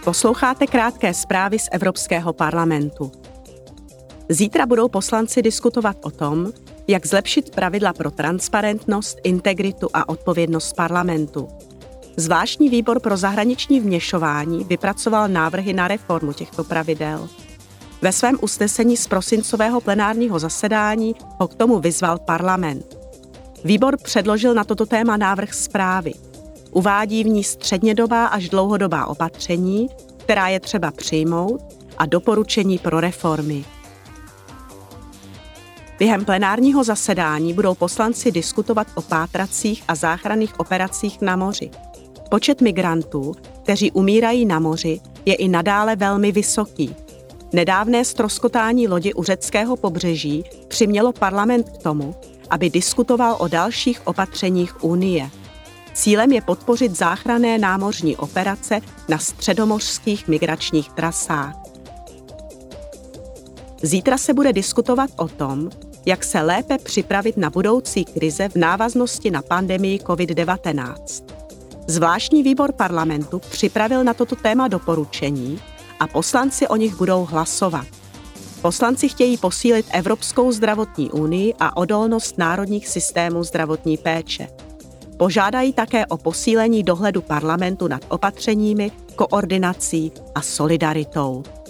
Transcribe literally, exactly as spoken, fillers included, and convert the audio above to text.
Posloucháte krátké zprávy z Evropského parlamentu. Zítra budou poslanci diskutovat o tom, jak zlepšit pravidla pro transparentnost, integritu a odpovědnost parlamentu. Zvláštní výbor pro zahraniční vměšování vypracoval návrhy na reformu těchto pravidel. Ve svém usnesení z prosincového plenárního zasedání ho k tomu vyzval parlament. Výbor předložil na toto téma návrh zprávy. Uvádí v ní střednědobá až dlouhodobá opatření, která je třeba přijmout, a doporučení pro reformy. Během plenárního zasedání budou poslanci diskutovat o pátracích a záchranných operacích na moři. Počet migrantů, kteří umírají na moři, je i nadále velmi vysoký. Nedávné ztroskotání lodi u řeckého pobřeží přimělo parlament k tomu, aby diskutoval o dalších opatřeních Unie. Cílem je podpořit záchranné námořní operace na středomořských migračních trasách. Zítra se bude diskutovat o tom, jak se lépe připravit na budoucí krize v návaznosti na pandemii covid devatenáct. Zvláštní výbor parlamentu připravil na toto téma doporučení a poslanci o nich budou hlasovat. Poslanci chtějí posílit Evropskou zdravotní unii a odolnost národních systémů zdravotní péče. Požádají také o posílení dohledu parlamentu nad opatřeními, koordinací a solidaritou.